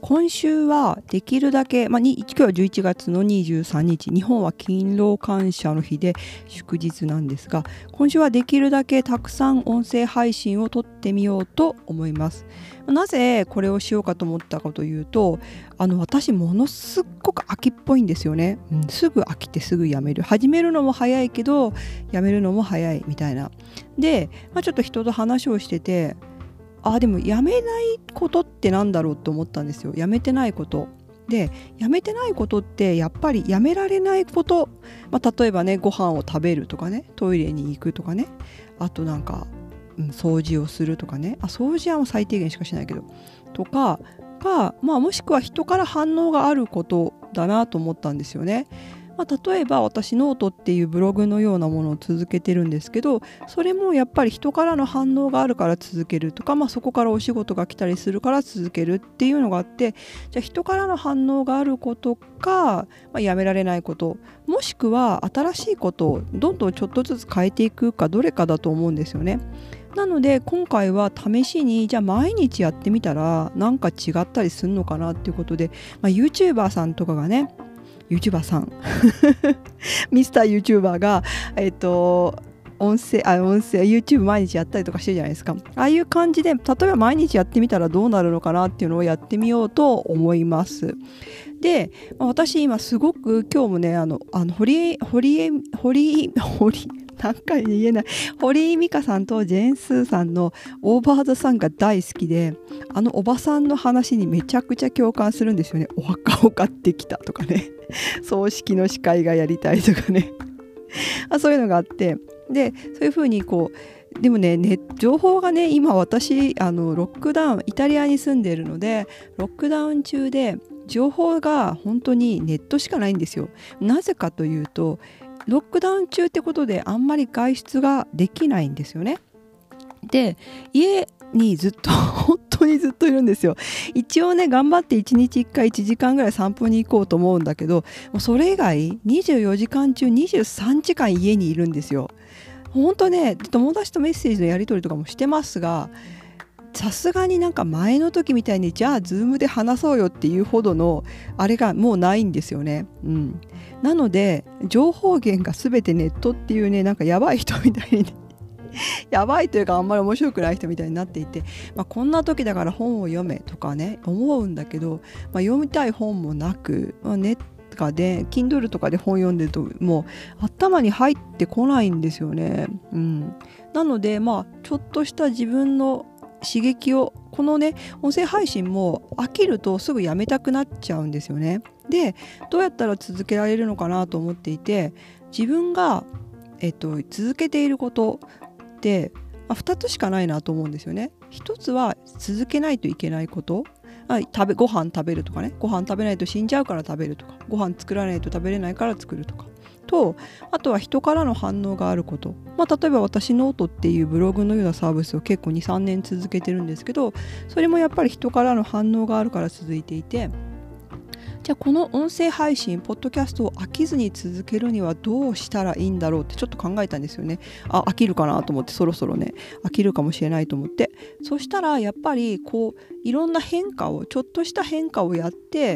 今週はできるだけ、今日は11月の23日、日本は勤労感謝の日で祝日なんですが、今週はできるだけたくさん音声配信を撮ってみようと思います。なぜこれをしようかと思ったかというと、私ものすっごく飽きっぽいんですよね、すぐ飽きてすぐやめる、始めるのも早いけどやめるのも早いみたいな。で、ちょっと人と話をしてて、でもやめないことってなんだろうと思ったんですよ。やめてないことで、やめてないことってやっぱりやめられないこと、例えばね、ご飯を食べるとかね、トイレに行くとかね、あと掃除をするとかね、掃除はもう最低限しかしないけどとかが、もしくは人から反応があることだなと思ったんですよね。例えば私ノートっていうブログのようなものを続けてるんですけど、それもやっぱり人からの反応があるから続けるとか、そこからお仕事が来たりするから続けるっていうのがあって、じゃあ人からの反応があることか、やめられないこと、もしくは新しいことをどんどんちょっとずつ変えていくか、どれかだと思うんですよね。なので今回は試しに、じゃあ毎日やってみたらなんか違ったりするのかなっていうことで、YouTuber さんとかがね、YouTuber さんミスター YouTuber が音声 YouTube 毎日やったりとかしてるじゃないですか。ああいう感じで、例えば毎日やってみたらどうなるのかなっていうのをやってみようと思います。で、私今すごく今日もね、何回言えない、堀井美香さんとジェーンスーさんのオーバーザさんが大好きで、おばさんの話にめちゃくちゃ共感するんですよね。お墓を買ってきたとかね、葬式の司会がやりたいとかねそういうのがあって、でそういうふうにでもね、情報がね、今私ロックダウン、イタリアに住んでいるのでロックダウン中で情報が本当にネットしかないんですよ。なぜかというと、ロックダウン中ってことであんまり外出ができないんですよね。で、家にずっと本当にずっといるんですよ。一応ね、頑張って1日1回1時間ぐらい散歩に行こうと思うんだけど、もうそれ以外24時間中23時間家にいるんですよ。本当ね、友達とメッセージのやり取りとかもしてますが、さすがに前の時みたいにじゃあズームで話そうよっていうほどのあれがもうないんですよね。なので情報源が全てネットっていうね、やばい人みたいにやばいというかあんまり面白くない人みたいになっていて、こんな時だから本を読めとかね思うんだけど、読みたい本もなく、ネットで Kindle とかで本読んでるともう頭に入ってこないんですよね。なのでちょっとした自分の刺激を、このね音声配信も飽きるとすぐやめたくなっちゃうんですよね。で、どうやったら続けられるのかなと思っていて、自分が、続けていることって2つしかないなと思うんですよね。1つは続けないといけないこと、ご飯食べるとかね、ご飯食べないと死んじゃうから食べるとか、ご飯作らないと食べれないから作るとかと、あとは人からの反応があること、例えば私ノートっていうブログのようなサービスを結構 2,3 年続けてるんですけど、それもやっぱり人からの反応があるから続いていて、じゃあこの音声配信ポッドキャストを飽きずに続けるにはどうしたらいいんだろうってちょっと考えたんですよね。飽きるかなと思って、そろそろね飽きるかもしれないと思って、そしたらやっぱりいろんな変化を、ちょっとした変化をやって、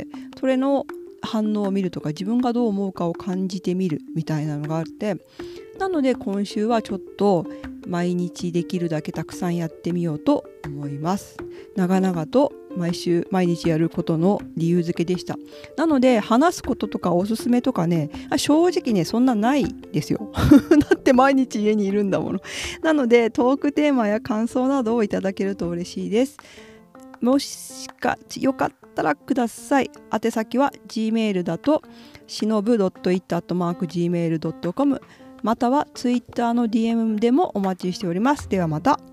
それの反応を見るとか、自分がどう思うかを感じてみるみたいなのがあって、なので今週はちょっと毎日できるだけたくさんやってみようと思います。長々と毎日やることの理由付けでした。なので話すこととかおすすめとかね、正直ねそんなないですよだって毎日家にいるんだもの。なのでトークテーマや感想などをいただけると嬉しいです。もしよかったらください。宛先は Gmail だとしのぶ .it@gmail.com、 または Twitter の DM でもお待ちしております。ではまた。